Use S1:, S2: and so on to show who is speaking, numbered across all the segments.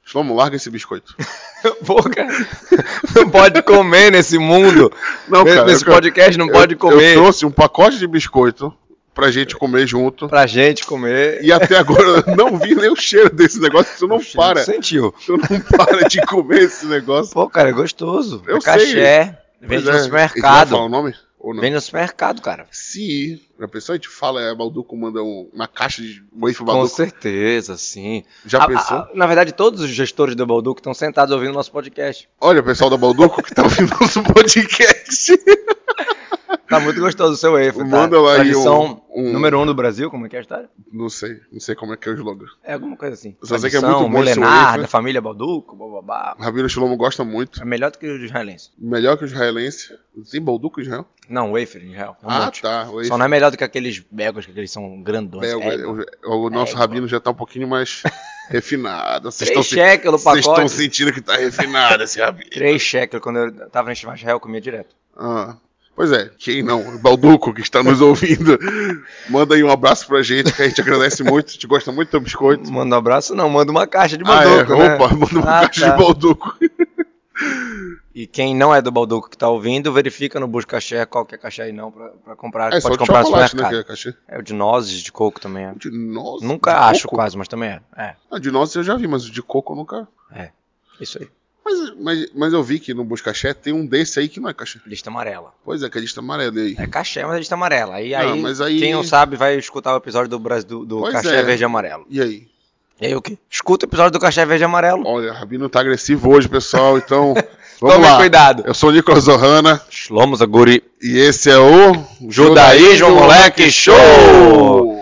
S1: Shlomo, larga esse biscoito.
S2: Pô, cara, não pode comer nesse mundo.
S1: Não, cara,
S2: nesse podcast não pode comer.
S1: Eu trouxe um pacote de biscoito pra gente comer junto.
S2: Pra gente comer.
S1: E até agora eu não vi nem o cheiro desse negócio. Tu não para.
S2: Sentiu.
S1: Tu não para de comer esse negócio.
S2: Pô, cara, é gostoso.
S1: Eu
S2: é caché. Vende no supermercado.
S1: Falar o nome? Ou não?
S2: Vende no supermercado, cara.
S1: Se a pessoa a gente fala, Balduco manda uma caixa de wafer Balduco.
S2: Com certeza, sim.
S1: Já pensou?
S2: Na verdade, todos os gestores da Balduco estão sentados ouvindo nosso podcast.
S1: Olha, o pessoal da Balduco que tá ouvindo nosso podcast.
S2: Tá muito gostoso o seu wafer.
S1: Manda lá aí
S2: número 1 do Brasil, como é que é a história?
S1: Não sei como é que é o slogan.
S2: É alguma coisa assim.
S1: Só sei que é muito bom
S2: milenar, da família Balduco, bababá.
S1: Rabino Shlomo gosta muito.
S2: É melhor do que o israelense.
S1: Melhor que o israelense. Tem Balduco em Israel?
S2: Não, wafer em Israel.
S1: Tá. Wafer.
S2: Só não é melhor do que aqueles belgas, que eles são grandões.
S1: O nosso rabino já tá um pouquinho mais refinado.
S2: 3 shekel no pacote.
S1: Vocês estão sentindo que tá refinado esse rabino.
S2: 3 shekel, quando eu tava em Israel, eu comia direto.
S1: Pois é, quem não? Balduco, que está nos ouvindo, manda aí um abraço pra gente, que a gente agradece muito, a gente gosta muito do teu biscoito.
S2: Manda um abraço não, manda uma caixa de Balduco, né?
S1: Opa, manda uma caixa de Balduco.
S2: E quem não é do Balduco que tá ouvindo, verifica no Buscaché qual que é caixa aí não, pra comprar.
S1: É
S2: pode
S1: só
S2: comprar
S1: de chocolate,
S2: no
S1: né, que é
S2: É o de nozes, de coco também é.
S1: De nozes?
S2: Nunca
S1: de
S2: acho
S1: coco?
S2: quase, mas também é.
S1: De nozes eu já vi, mas de coco eu nunca...
S2: É, isso aí.
S1: Mas eu vi que no Buscaché tem um desse aí que não é cachê.
S2: Lista amarela.
S1: Pois é, que é lista amarela aí.
S2: É cachê, mas é lista amarela. Aí, quem não sabe vai escutar o episódio do cachê verde e amarelo.
S1: E aí?
S2: E aí o quê? Escuta o episódio do cachê verde e amarelo.
S1: Olha, o Rabino tá agressivo hoje, pessoal, então vamos
S2: Tome
S1: lá.
S2: Cuidado.
S1: Eu sou o Nicolas Zohana.
S2: Shlomo Zaguri.
S1: E esse é o
S2: Judaísmo Moleque Show!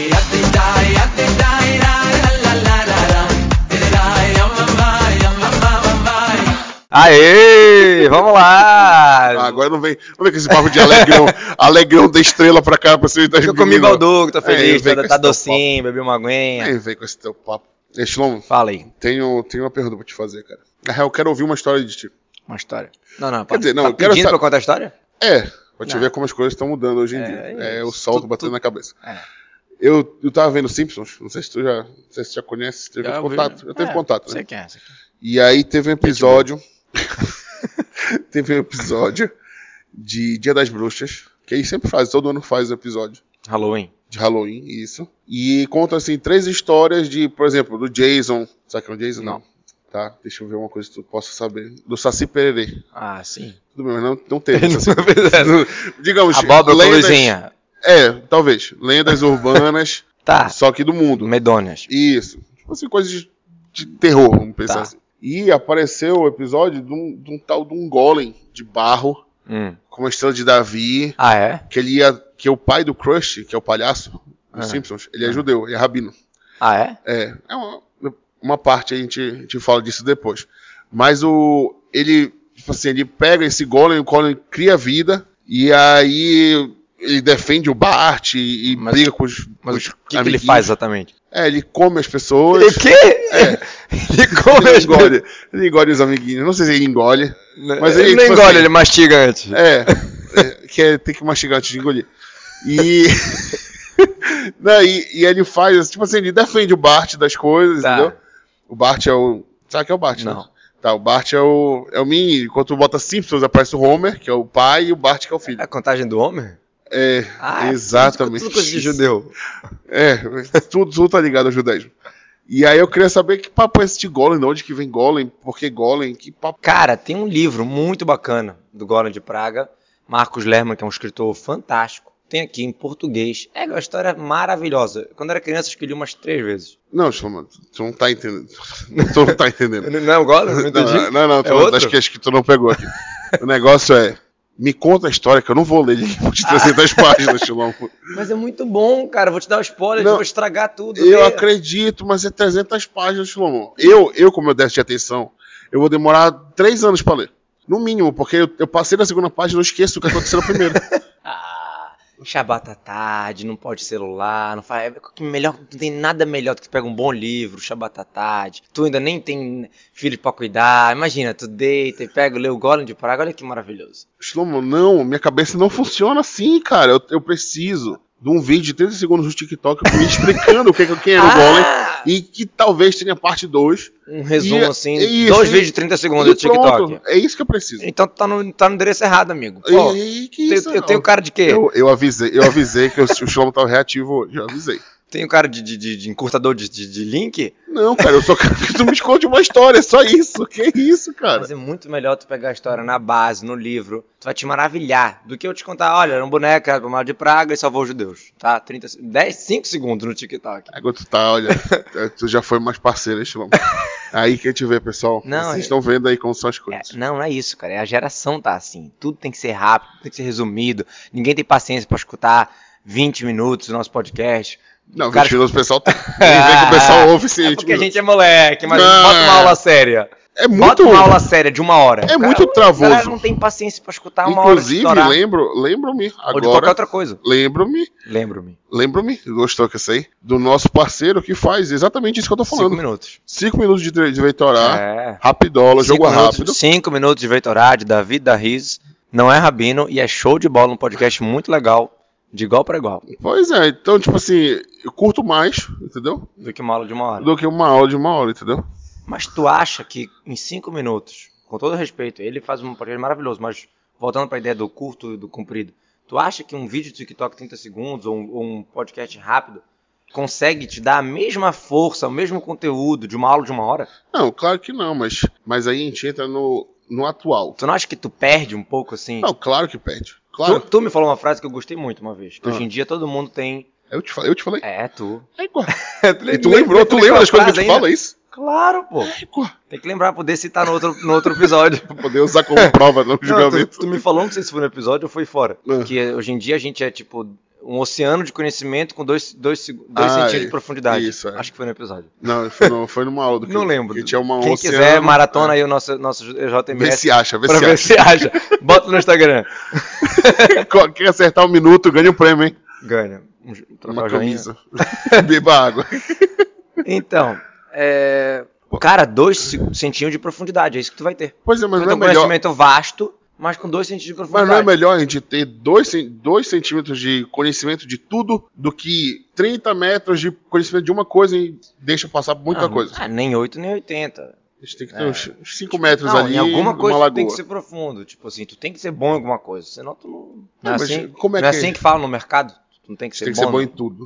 S2: Aê, vamos lá!
S1: Agora não vem com esse papo de alegrão da estrela pra cá, pra você.
S2: Eu comi Balduco, tô feliz, tá docinho, bebi uma aguinha.
S1: Nem vem com esse teu papo. Shlomo,
S2: fala aí.
S1: Tenho uma pergunta pra te fazer, cara. Na real, eu quero ouvir uma história de ti.
S2: Uma história? Não,
S1: quer dizer, não,
S2: tá pedindo pra contar a história?
S1: Pra te ver como as coisas estão mudando hoje em dia. É o sol batendo na cabeça.
S2: É.
S1: Eu tava vendo Simpsons, não sei se tu já conhece, teve contato. Eu teve contato, né?
S2: Você quer.
S1: E aí teve um episódio... teve um episódio de Dia das Bruxas, que aí sempre faz, todo ano faz o episódio. De Halloween, isso. E conta, assim, 3 histórias de, por exemplo, do Jason. Sabe quem é o Jason?
S2: Não.
S1: Tá, deixa eu ver uma coisa que tu possa saber. Do Saci Pererê.
S2: Ah, sim.
S1: Tudo bem, mas não teve.
S2: Digamos, Abóbora com luzinha.
S1: Talvez. Lendas urbanas,
S2: tá.
S1: Só que do mundo.
S2: Medonhas.
S1: Isso. Tipo assim, coisas de terror, vamos pensar assim. E apareceu o episódio de um tal de um golem de barro, com uma estrela de Davi.
S2: Ah, é?
S1: Que é o pai do Crush, que é o palhaço dos Simpsons. Ele é judeu, ele é rabino.
S2: Ah, é?
S1: É uma parte, a gente fala disso depois. Mas ele pega esse golem, o golem cria vida, e aí ele defende o Bart e briga com os
S2: Mas o que ele faz exatamente?
S1: Ele come as pessoas.
S2: O quê? Ele come as pessoas.
S1: Ele engole os amiguinhos. Não sei se ele engole. Mas
S2: ele não engole, ele mastiga antes.
S1: Tem que mastigar antes de engolir. E ele faz, tipo assim, ele defende o Bart das coisas, entendeu? O Bart é o... Sabe que é o Bart,
S2: não?
S1: Né? Tá, o Bart é o menino. Enquanto tu bota Simpsons, aparece o Homer, que é o pai, e o Bart, que é o filho.
S2: É a contagem do Homer?
S1: Exatamente.
S2: Tudo coisa de judeu.
S1: Tudo tá ligado ao judaísmo. E aí eu queria saber que papo é esse de Golem, de onde que vem Golem, por que Golem, que papo...
S2: Cara, tem um livro muito bacana do Golem de Praga, Marcos Lerman, que é um escritor fantástico. Tem aqui em português. É uma história maravilhosa. Quando eu era criança, eu escolhi umas 3 vezes.
S1: Não, Shlomo, tu não tá entendendo. Tu não tá entendendo.
S2: Não é o Golem? Não entendi.
S1: Não, acho que tu não pegou aqui. O negócio é... Me conta a história, que eu não vou ler de 300 páginas, Shlomo.
S2: Mas é muito bom, cara. Vou te dar um spoiler, vou estragar tudo.
S1: Eu acredito, mas é 300 páginas, Shlomo. Eu, como eu déficit de atenção, eu vou demorar 3 anos pra ler. No mínimo, porque eu passei da segunda página e eu esqueço o que aconteceu na primeira.
S2: Shabbat à tarde, não pode celular, não faz. Melhor, não tem nada melhor do que tu pega um bom livro, Shabbat à tarde. Tu ainda nem tem filho pra cuidar. Imagina, tu deita e pega, lê o Golem de Praga, olha que maravilhoso.
S1: Shlomo, não, minha cabeça não funciona assim, cara. Eu preciso de um vídeo de 30 segundos no TikTok me explicando quem era o Golem e que talvez tenha parte 2.
S2: Um resumo assim, 2 vídeos de 30 segundos do TikTok.
S1: Pronto, é isso que eu preciso.
S2: Então tu tá no endereço errado, amigo. Pô,
S1: que isso?
S2: Eu tenho cara de quê?
S1: Eu avisei que o Shlomo tava reativo hoje, eu avisei.
S2: Tem um cara de encurtador de link?
S1: Não, cara, eu só quero que tu me conte uma história, só isso. Que isso, cara?
S2: Mas é muito melhor tu pegar a história na base, no livro. Tu vai te maravilhar. Do que eu te contar, olha, era um boneco, era mal de praga e salvou os judeus. Tá? 5 segundos no TikTok.
S1: Agora tu tá, olha, tu já foi mais parceiro, Shlomo. Aí que a gente vê, pessoal.
S2: Não,
S1: vocês estão vendo aí como são as coisas.
S2: Não é isso, cara. A geração tá assim. Tudo tem que ser rápido, tem que ser resumido. Ninguém tem paciência pra escutar 20 minutos do nosso podcast.
S1: Não, 20 minutos o pessoal tem. Nem vê que o pessoal ouve esse
S2: É porque a gente é moleque, mas bota uma aula séria. Bota uma aula séria de 1 hora.
S1: Muito travoso.
S2: A galera não tem paciência pra escutar 1 hora de estourar.
S1: lembro-me agora.
S2: Ou de qualquer outra coisa.
S1: Lembro-me, gostou que eu sei, do nosso parceiro que faz exatamente isso que eu tô falando.
S2: 5 minutos.
S1: 5 minutos de Veitorá, rapidola, jogo rápido.
S2: 5 minutos de Veitorá, de David da Riz. Não é Rabino e é show de bola, um podcast muito legal. De igual para igual.
S1: Pois é, então, tipo assim, eu curto mais, entendeu?
S2: Do que uma aula de 1 hora.
S1: Do que uma aula de 1 hora, entendeu?
S2: Mas tu acha que em 5 minutos, com todo respeito, ele faz um podcast maravilhoso, mas voltando para a ideia do curto e do comprido, tu acha que um vídeo de TikTok 30 segundos ou um podcast rápido consegue te dar a mesma força, o mesmo conteúdo de uma aula de 1 hora?
S1: Não, claro que não, mas aí a gente entra no atual.
S2: Tu não acha que tu perde um pouco assim?
S1: Não, claro que perde. Claro.
S2: Tu me falou uma frase que eu gostei muito uma vez. Que hoje em dia todo mundo tem...
S1: Eu te falei?
S2: É, tu.
S1: É igual. E tu lembrou das coisas que eu te falo, é isso?
S2: Claro, pô. Tem que lembrar, poder citar no outro episódio.
S1: Pra poder usar como prova no julgamento.
S2: Tu me falou, não sei se foi no episódio ou foi fora. Que hoje em dia a gente é tipo... um oceano de conhecimento com 2 centímetros de profundidade.
S1: Isso, é.
S2: Acho que foi no episódio.
S1: Não, foi numa aula do que
S2: não lembro.
S1: Que tinha
S2: Quem quiser, maratona aí o nosso JMS.
S1: Vê se acha.
S2: Ver se acha. Bota no Instagram.
S1: Quem acertar 1 minuto, ganha um prêmio, hein?
S2: Ganha.
S1: Uma camisa. Beba água.
S2: Então, cara, 2 centímetros de profundidade, é isso que tu vai ter.
S1: Pois é, mas não é
S2: um
S1: melhor...
S2: conhecimento vasto, mas com 2 centímetros de profundidade.
S1: Mas não é melhor a gente ter 2 centímetros de conhecimento de tudo do que 30 metros de conhecimento de uma coisa e deixa passar muita coisa?
S2: Nem 8, nem 80.
S1: A gente tem que ter uns 5 metros ali,
S2: em alguma coisa
S1: uma
S2: tu tem que ser profundo. Tipo assim, tu tem que ser bom em alguma coisa, senão tu não... Não é assim que fala no mercado? Tu não tem que ser bom.
S1: Tem que ser bom em tudo.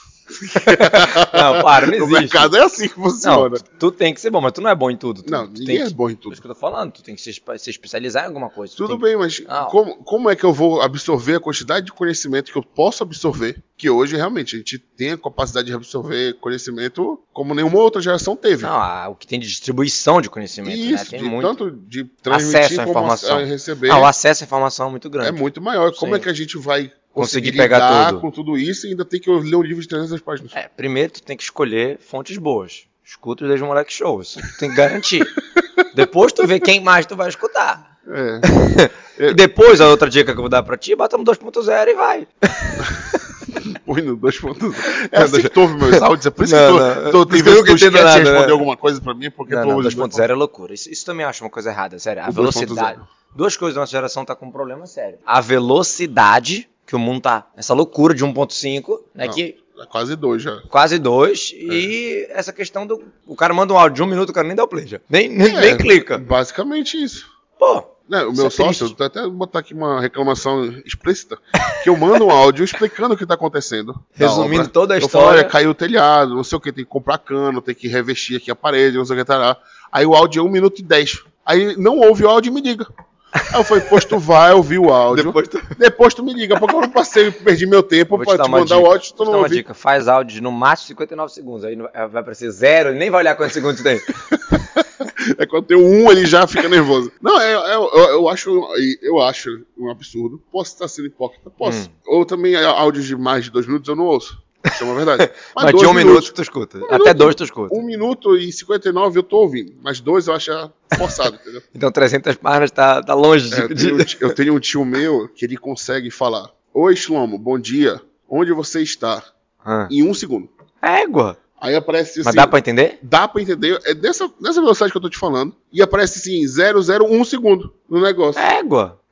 S2: Não, para, não existe.
S1: O mercado é assim que funciona.
S2: Não, tu tem que ser bom, mas tu não é bom em tudo.
S1: Ninguém é bom em tudo.
S2: É isso que eu tô falando, tu tem que se especializar em alguma coisa.
S1: Tudo bem, mas como é que eu vou absorver a quantidade de conhecimento que eu posso absorver? Que hoje, realmente, a gente tem a capacidade de absorver conhecimento como nenhuma outra geração teve.
S2: Não, o que tem de distribuição de conhecimento,
S1: isso,
S2: né? Tem muito.
S1: Tanto de transmitir
S2: acesso à informação.
S1: A receber.
S2: O acesso à informação é muito grande.
S1: É muito maior. Como é que a gente vai conseguir
S2: pegar
S1: lidar
S2: tudo
S1: com tudo isso e ainda tem que ler um livro de 300 páginas?
S2: Primeiro tu tem que escolher fontes boas. Escuta o Desde Moleque Show, isso tu tem que garantir. Depois tu vê quem mais tu vai escutar. E depois a outra dica que eu vou dar pra ti, bota no 2.0 e vai.
S1: Põe no 2.0. É assim que tu ouve meus áudios, é por isso que tu tem vezes que tu esquece de responder alguma coisa pra mim, porque tu ouve
S2: 2.0 é loucura. Isso também acho uma coisa errada, sério. A velocidade. 2 coisas da nossa geração tá com um problema sério. A velocidade, que o mundo tá, essa loucura de 1.5, né, que...
S1: É quase 2 já.
S2: Quase 2. E essa questão do... O cara manda um áudio de 1 minuto, o cara nem dá o play já. Nem clica.
S1: Basicamente isso.
S2: Pô.
S1: O meu sócio, eu até botar aqui uma reclamação explícita, que eu mando um áudio explicando o que está acontecendo.
S2: Resumindo toda a história.
S1: Eu falo, olha, caiu o telhado, não sei o que, tem que comprar cano, tem que revestir aqui a parede, não sei o que, tá. Aí o áudio é 1 minuto e 10. Aí não ouve o áudio e me liga. Aí eu falei, pois tu vai ouvir o áudio, depois tu me liga, porque eu não passei, perdi meu tempo pra te mandar o áudio, tu não ouve.
S2: Dica, faz áudio no máximo 59 segundos, aí vai aparecer 0, ele nem vai olhar quantos segundos tem.
S1: É quando tem 1, ele já fica nervoso. Não, eu acho um absurdo. Posso estar sendo hipócrita? Posso. Ou também áudios de mais de 2 minutos eu não ouço. Isso é uma verdade.
S2: Mas de 1 minuto tu escuta. Até 2 tu escuta.
S1: 1 minuto e 59 eu tô ouvindo. Mas 2 eu acho forçado, entendeu?
S2: Então 300 páginas tá longe de...
S1: Eu tenho um tio meu que ele consegue falar: oi, Shlomo, bom dia. Onde você está? Em 1 segundo.
S2: Égua.
S1: Aí aparece assim...
S2: Mas dá pra entender?
S1: Dá pra entender. É nessa velocidade que eu tô te falando. E aparece assim, 001 segundo no negócio.
S2: Égua.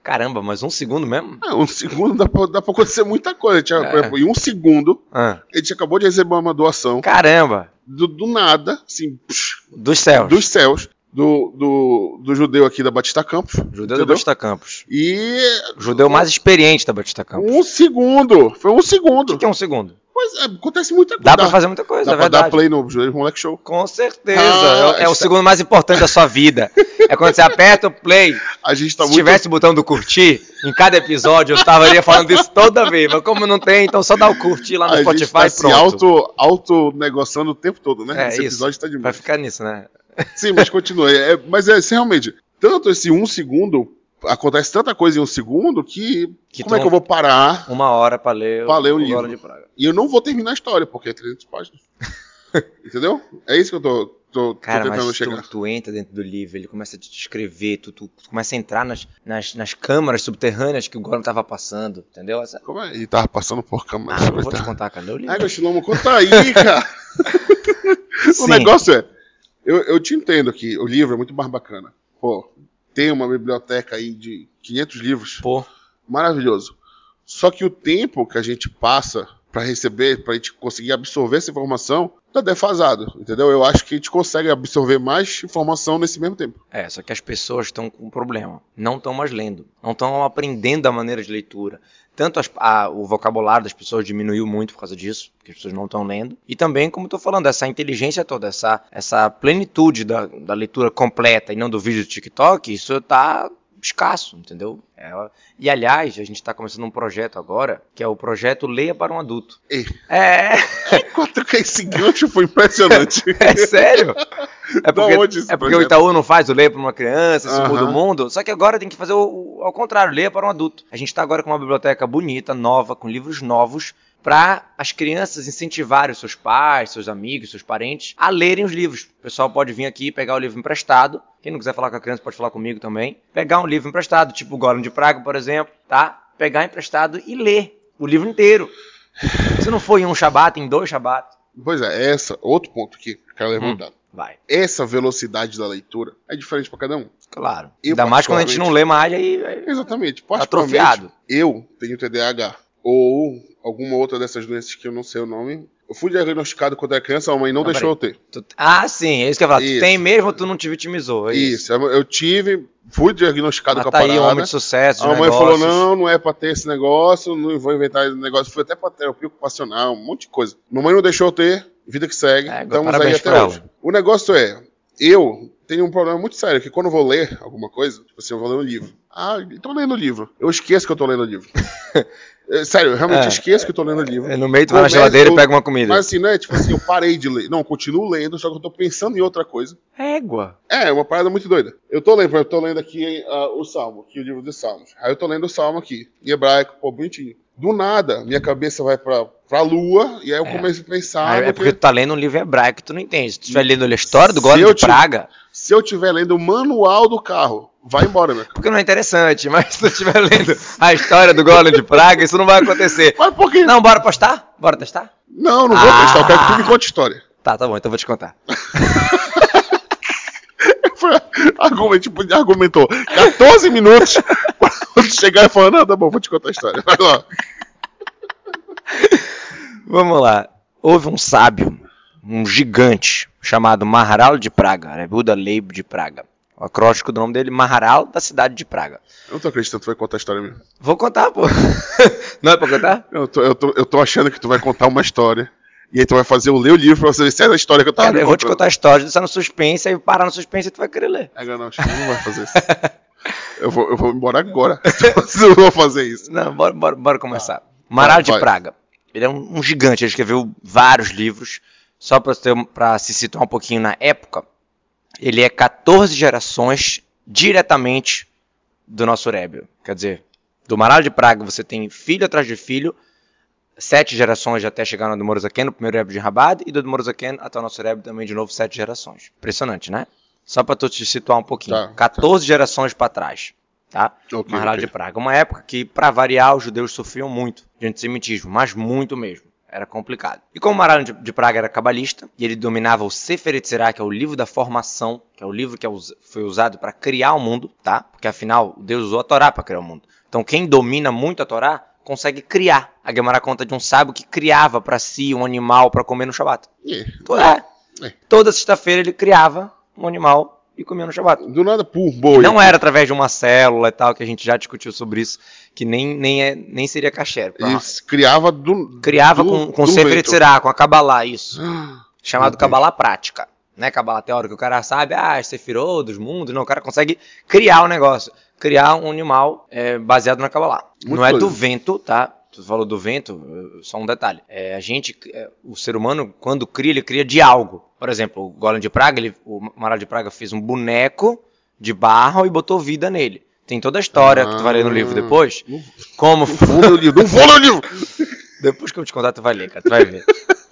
S2: Caramba, mas 1 segundo mesmo?
S1: 1 segundo dá pra acontecer muita coisa. Por exemplo, em 1 segundo, ele acabou de receber uma doação.
S2: Caramba!
S1: Do nada, assim...
S2: Dos céus.
S1: Dos céus. Do judeu aqui da Batista Campos.
S2: Judeu da Batista Campos.
S1: E...
S2: O judeu mais experiente da Batista Campos.
S1: 1 segundo. Foi 1 segundo.
S2: O que é 1 segundo?
S1: Pois é, acontece muita coisa.
S2: Dá pra fazer muita coisa,
S1: é verdade. Dá pra dar play no Moleque Show.
S2: Com certeza. É o segundo mais importante da sua vida. É quando você aperta o play. Se tivesse o botão do curtir, em cada episódio eu estaria falando isso toda vez. Mas como não tem, então só dá o curtir lá no Spotify e pronto.
S1: Se auto-negociando o tempo todo, né?
S2: Esse
S1: episódio tá demais.
S2: Vai ficar nisso, né?
S1: Sim, mas continua. Mas realmente, tanto esse 1 segundo... Acontece tanta coisa em 1 segundo que como é que eu vou parar
S2: 1 hora pra ler
S1: o livro de Praga? E eu não vou terminar a história, porque é 300 páginas. Entendeu? É isso que eu tô tentando chegar.
S2: Mas tu entra dentro do livro, ele começa a te descrever, tu começa a entrar nas câmaras subterrâneas que o Gollum tava passando, entendeu?
S1: Como é? Ele tava passando por câmaras
S2: subterrâneas. Eu vou te contar, cadê o livro?
S1: Gastilomo, conta aí, cara. O negócio é, eu te entendo que o livro é muito mais bacana. Pô, tem uma biblioteca aí de 500 livros.
S2: Pô.
S1: Maravilhoso. Só que o tempo que a gente passa para receber, pra gente conseguir absorver essa informação, tá defasado, entendeu? Eu acho que a gente consegue absorver mais informação nesse mesmo tempo.
S2: Só que as pessoas estão com um problema. Não estão mais lendo. Não estão aprendendo a maneira de leitura. Tanto o vocabulário das pessoas diminuiu muito por causa disso, porque as pessoas não estão lendo. E também, como eu estou falando, essa inteligência toda, essa plenitude da leitura completa e não do vídeo do TikTok, isso está escasso, entendeu? E, aliás, a gente está começando um projeto agora, que é o projeto Leia para um Adulto.
S1: Esse gancho foi impressionante.
S2: É sério? É porque o Itaú não faz o Leia para uma criança, esse muda o mundo, só que agora tem que fazer ao contrário, Leia para um Adulto. A gente está agora com uma biblioteca bonita, nova, com livros novos, para as crianças incentivarem os seus pais, seus amigos, seus parentes a lerem os livros. O pessoal pode vir aqui pegar o livro emprestado. Quem não quiser falar com a criança pode falar comigo também. Pegar um livro emprestado, tipo o Gollum de Praga, por exemplo, tá? Pegar emprestado e ler o livro inteiro. Se não for em um Shabat, em 2 Shabat.
S1: Pois é, outro ponto que eu quero levantar.
S2: Vai.
S1: Essa velocidade da leitura é diferente para cada um.
S2: Claro. Ainda mais quando a gente não lê mais, aí
S1: exatamente.
S2: Atrofiado.
S1: Eu tenho TDAH. Ou alguma outra dessas doenças que eu não sei o nome. Eu fui diagnosticado quando era criança, a mãe não deixou eu ter.
S2: Sim, é isso que eu ia falar. Tu tem mesmo ou tu não te vitimizou?
S1: Isso, eu fui diagnosticado com a parada.
S2: Tá aí um homem de sucesso,
S1: a mãe falou, não é pra ter esse negócio, não vou inventar esse negócio. Fui até pra terapia ocupacional, um monte de coisa. Mamãe não deixou eu ter, vida que segue, estamos aí até hoje. O negócio eu tenho um problema muito sério, que quando eu vou ler alguma coisa, tipo assim, eu vou ler um livro. Tô lendo o livro. Eu esqueço que eu tô lendo o livro. Sério, eu realmente esqueço que eu tô lendo o livro.
S2: No meio tu vai na geladeira e pega uma comida.
S1: Mas assim, não é tipo assim, eu parei de ler. Não, eu continuo lendo, só que eu tô pensando em outra coisa.
S2: Égua.
S1: É uma parada muito doida. Eu tô lendo aqui o Salmo, aqui o livro dos Salmos. Aí eu tô lendo o Salmo aqui, em hebraico, bonitinho. Do nada, minha cabeça vai pra lua, e aí eu começo a pensar...
S2: porque tu tá lendo um livro hebraico que tu não entende. Se tu estiver lendo a história do Gollum de Praga...
S1: Se eu estiver lendo o manual do carro, vai embora, meu.
S2: Porque não é interessante, mas se tu estiver lendo a história do Gollum de Praga, isso não vai acontecer.
S1: Mas por quê?
S2: Não, bora postar? Bora testar?
S1: Não vou testar, eu quero que tu me conte história.
S2: Tá bom, então eu vou te contar.
S1: Argumentou 14 minutos pra chegar e falar, não, tá bom, vou te contar a história. Vai lá.
S2: Vamos lá. Houve um sábio, um gigante, chamado Maharal de Praga, Rebbe Leib de Praga. O acróstico do nome dele, Maharal, da cidade de Praga.
S1: Eu não tô acreditando que tu vai contar a história mesmo.
S2: Vou contar, pô. Não é pra contar?
S1: Eu tô achando que tu vai contar uma história. E aí tu vai fazer eu ler o livro pra você ver se é a história que eu tava
S2: contando. Eu vou te contar a história, deixar no suspense, aí parar no suspense e tu vai querer ler.
S1: Não, acho que não vai fazer isso. eu vou embora agora. Eu não vou fazer isso.
S2: Não, bora começar. Maharal de Praga. Ele é um gigante, ele escreveu vários livros. Só para se situar um pouquinho na época, ele é 14 gerações diretamente do nosso Rebbe. Quer dizer, do Maharal de Praga você tem filho atrás de filho, 7 gerações até chegar no Admor Zaken, no primeiro Rebbe de Chabad, e do Admor Zaken até o nosso Rebbe também de novo 7 gerações. Impressionante, né? Só para tu te situar um pouquinho. 14 gerações para trás. Tá? Maharal de Praga. Uma época que, para variar, os judeus sofriam muito de antissemitismo, mas muito mesmo. era complicado. E como o Maralho de Praga era cabalista, e ele dominava o Sefer Yetzirah, que é o livro da formação, que é o livro que foi usado para criar o mundo, tá? Porque afinal, Deus usou a Torá para criar o mundo. Então quem domina muito a Torá, consegue criar. A Gemara conta de um sábio que criava para si um animal para comer no Shabat. Toda sexta-feira ele criava um animal e comia no Shabat.
S1: Do nada, por boi.
S2: Não era através de uma célula e tal, que a gente já discutiu sobre isso, que nem seria kasher.
S1: Isso, criava
S2: com Sefer Yetzirah, com a Kabbalah, isso. Chamado Kabbalah prática. Não é Kabbalah teórica, que o cara sabe, Sefirot, dos mundos. Não, o cara consegue criar o negócio. Criar um animal baseado na Kabbalah. Não é do vento, tá? Tu falou do vento, só um detalhe. O ser humano, quando cria, ele cria de algo. Por exemplo, o Golem de Praga, o Maralho de Praga fez um boneco de barro e botou vida nele. Tem toda a história que tu vai ler no livro depois. Como...
S1: Não vou ler o livro!
S2: Depois que eu te contar, tu vai ler, cara. Tu vai ver.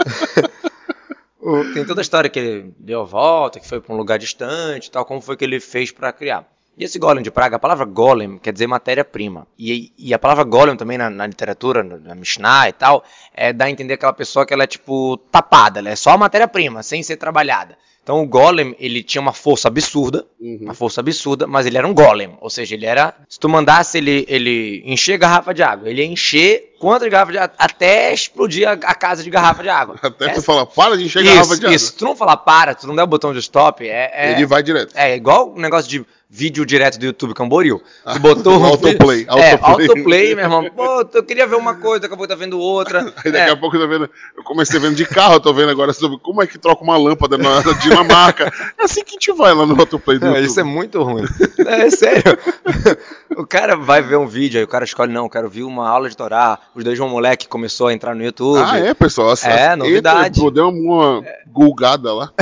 S2: Tem toda a história que ele deu a volta, que foi para um lugar distante e tal. Como foi que ele fez para criar. E esse golem de Praga, a palavra golem quer dizer matéria-prima. E a palavra golem também na literatura, na Mishnah e tal, dá a entender aquela pessoa que ela é tipo tapada, ela é só matéria-prima, sem ser trabalhada. Então o golem, ele tinha uma força absurda, mas ele era um golem. Ou seja, ele era, se tu mandasse ele encher garrafa de água, ele ia encher quantas garrafas de água, até explodir a casa de garrafa de água.
S1: Até tu falar, para de encher garrafa de água.
S2: Isso, se tu não falar para, tu não der o botão de stop,
S1: ele vai direto.
S2: É igual o negócio de vídeo direto do YouTube, que é um boril. Tu botou
S1: autoplay.
S2: Autoplay, meu irmão. Pô, eu queria ver uma coisa, daqui a pouco tá vendo outra.
S1: Aí daqui a pouco eu tô vendo. Eu comecei vendo de carro, eu tô vendo agora sobre como é que troca uma lâmpada na Dinamarca. É assim que a gente vai lá no autoplay do YouTube.
S2: Isso é muito ruim. É sério. O cara vai ver um vídeo, aí o cara escolhe, não, eu quero ver uma aula de Torá. Os dois, um moleque começou a entrar no YouTube.
S1: Pessoal.
S2: Novidade.
S1: Deu uma googada lá.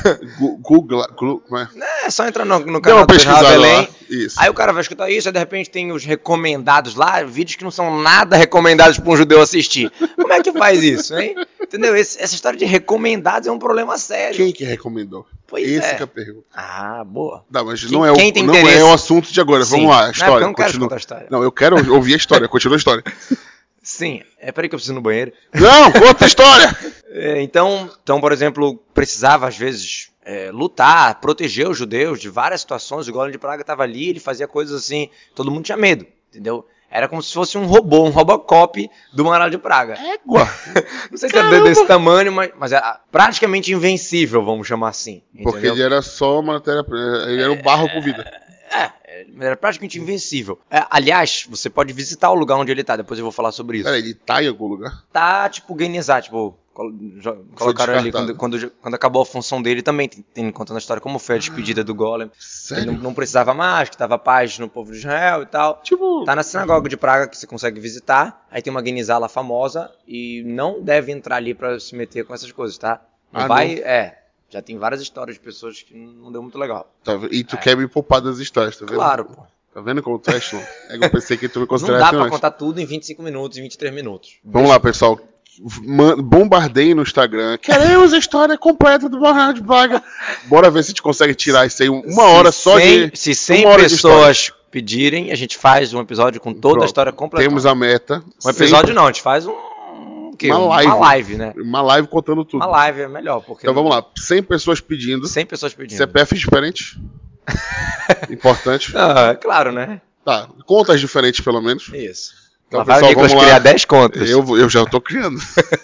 S2: É só entrar no canal do
S1: Belém.
S2: Aí o cara vai escutar isso, aí de repente tem os recomendados lá, vídeos que não são nada recomendados para um judeu assistir. Como é que faz isso, hein? Entendeu? Essa história de recomendados é um problema sério.
S1: Quem que recomendou? Esse que é a pergunta.
S2: Boa.
S1: Não, mas não é o assunto de agora. Sim. Vamos lá, a história.
S2: Eu não quero contar a história.
S1: Não, eu quero ouvir a história. Continua a história.
S2: Sim. Peraí que eu preciso ir no banheiro.
S1: Não, conta a história!
S2: Então, por exemplo, precisava às vezes lutar, proteger os judeus de várias situações. O Golem de Praga estava ali, ele fazia coisas assim, todo mundo tinha medo, entendeu? Era como se fosse um robô, um Robocop do Maralho de Praga.
S1: Égua!
S2: Não sei se é desse tamanho, mas era praticamente invencível, vamos chamar assim. Entendeu?
S1: Porque ele era só matéria, ele era o barro com vida.
S2: Era praticamente invencível. Aliás, você pode visitar o lugar onde ele tá, depois eu vou falar sobre isso.
S1: Ele tá em algum lugar?
S2: Tá, tipo, Genizá, tipo, colocaram ali, quando acabou a função dele, também tem contando a história, como foi a despedida do Golem.
S1: Sério?
S2: Ele não precisava mais, que tava paz no povo de Israel e tal.
S1: Tipo...
S2: Tá na sinagoga de Praga, que você consegue visitar, aí tem uma Genizá lá famosa, e não deve entrar ali pra se meter com essas coisas, tá? Não vai... Não. Já tem várias histórias de pessoas que não deu muito legal.
S1: Tá, e tu quer me poupar das histórias, tá vendo?
S2: Claro, pô.
S1: Tá vendo como tu é, Sean? Eu pensei que tu me considerasse.
S2: Não dá pra contar tudo em 25 minutos, em 23 minutos.
S1: Vamos lá, pessoal. Bombardeie no Instagram. Queremos a história completa do Maralho de Praga. Bora ver se a gente consegue tirar isso aí uma hora só de...
S2: Se 100 pessoas pedirem, a gente faz um episódio com toda a história completa.
S1: Temos a meta.
S2: Um episódio não, a gente faz uma live, né?
S1: Uma live contando tudo.
S2: Uma live é melhor. Porque
S1: então vamos lá. 100 pessoas pedindo. CPF diferentes. Importante.
S2: Claro, né?
S1: Tá. Contas diferentes, pelo menos.
S2: Isso.
S1: Então, pessoal, vamos lá.
S2: Criar 10 contas.
S1: Eu já tô criando.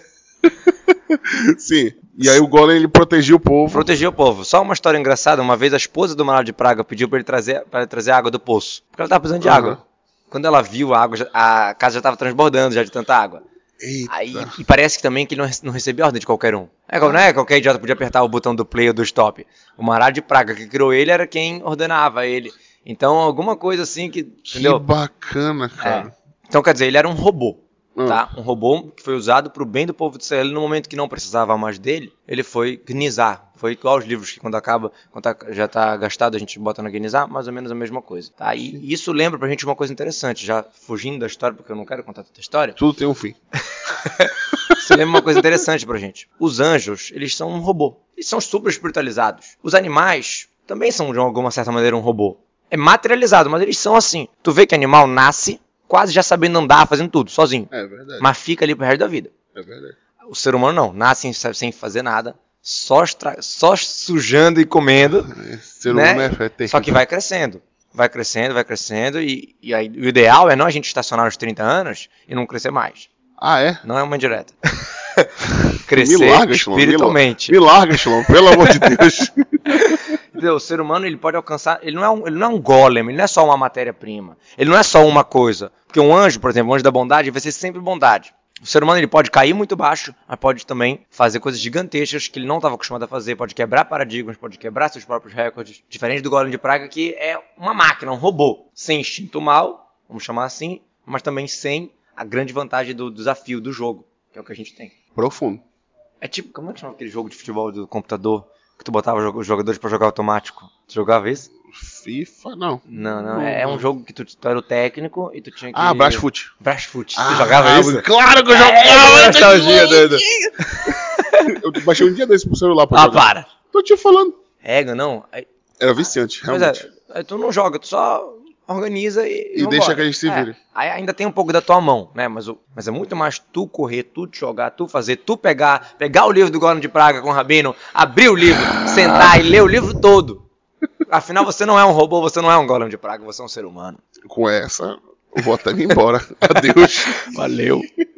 S1: Sim. E aí o Golem, ele protegia o povo.
S2: Protegia o povo. Só uma história engraçada. Uma vez a esposa do Maralho de Praga pediu pra ele trazer água do poço. Porque ela tava precisando de água. Quando ela viu a água, a casa já tava transbordando já de tanta água.
S1: Eita.
S2: Aí, e parece que também que ele não recebia ordem de qualquer um. Não é qualquer idiota podia apertar o botão do play ou do stop. O Maralho de Praga que criou ele era quem ordenava ele. Então, alguma coisa assim que... Entendeu?
S1: Que bacana, cara.
S2: Então, quer dizer, ele era um robô. Tá? Um robô que foi usado para o bem do povo de Israel. No momento que não precisava mais dele, ele foi gnizar. Foi igual os livros que quando já está gastado, a gente bota na gnizar, mais ou menos a mesma coisa. Tá? E isso lembra pra gente uma coisa interessante, já fugindo da história, porque eu não quero contar tanta história.
S1: Tudo tem um fim.
S2: Isso lembra uma coisa interessante pra gente. Os anjos, eles são um robô. Eles são super espiritualizados. Os animais também são, de alguma certa maneira, um robô. É materializado, mas eles são assim. Tu vê que animal nasce quase já sabendo andar, fazendo tudo, sozinho.
S1: É verdade.
S2: Mas fica ali pro resto da vida.
S1: É verdade.
S2: O ser humano não, nasce sem fazer nada, só sujando e comendo.
S1: Ser humano é terrível.
S2: Só que vai crescendo. E aí, o ideal é não a gente estacionar aos 30 anos e não crescer mais.
S1: Ah, é?
S2: Não é uma indireta. Crescer
S1: me larga,
S2: espiritualmente.
S1: Me larga, Shlomo, pelo amor de Deus.
S2: Entendeu? O ser humano ele pode alcançar. Ele não é um golem, ele não é só uma matéria-prima. Ele não é só uma coisa. Porque um anjo, por exemplo, o anjo da bondade, vai ser sempre bondade. O ser humano ele pode cair muito baixo, mas pode também fazer coisas gigantescas que ele não estava acostumado a fazer. Pode quebrar paradigmas, pode quebrar seus próprios recordes. Diferente do golem de praga, que é uma máquina, um robô. Sem instinto mal, vamos chamar assim, mas também sem a grande vantagem do desafio do jogo, que é o que a gente tem.
S1: Profundo.
S2: É tipo, como é que chama aquele jogo de futebol do computador que tu botava os jogadores pra jogar automático? Tu jogava isso?
S1: FIFA, não.
S2: Não. É um jogo que tu era o técnico e tu tinha que...
S1: Brasfoot.
S2: Brasfoot. Tu jogava isso?
S1: Claro que eu jogava!
S2: Nostalgia, doido.
S1: Eu baixei um dia desse pro celular pra jogar.
S2: Para.
S1: Tô te falando.
S2: Não.
S1: Era viciante, realmente.
S2: Pois aí tu não joga, tu só organiza e
S1: deixa que a gente se vire.
S2: Aí ainda tem um pouco da tua mão, né? Mas é muito mais tu correr, tu jogar, tu fazer, tu pegar o livro do Golem de Praga com o Rabino, abrir o livro, sentar e ler o livro todo. Afinal, você não é um robô, você não é um Golem de Praga, você é um ser humano.
S1: Com essa, eu vou até ir embora. Adeus.
S2: Valeu.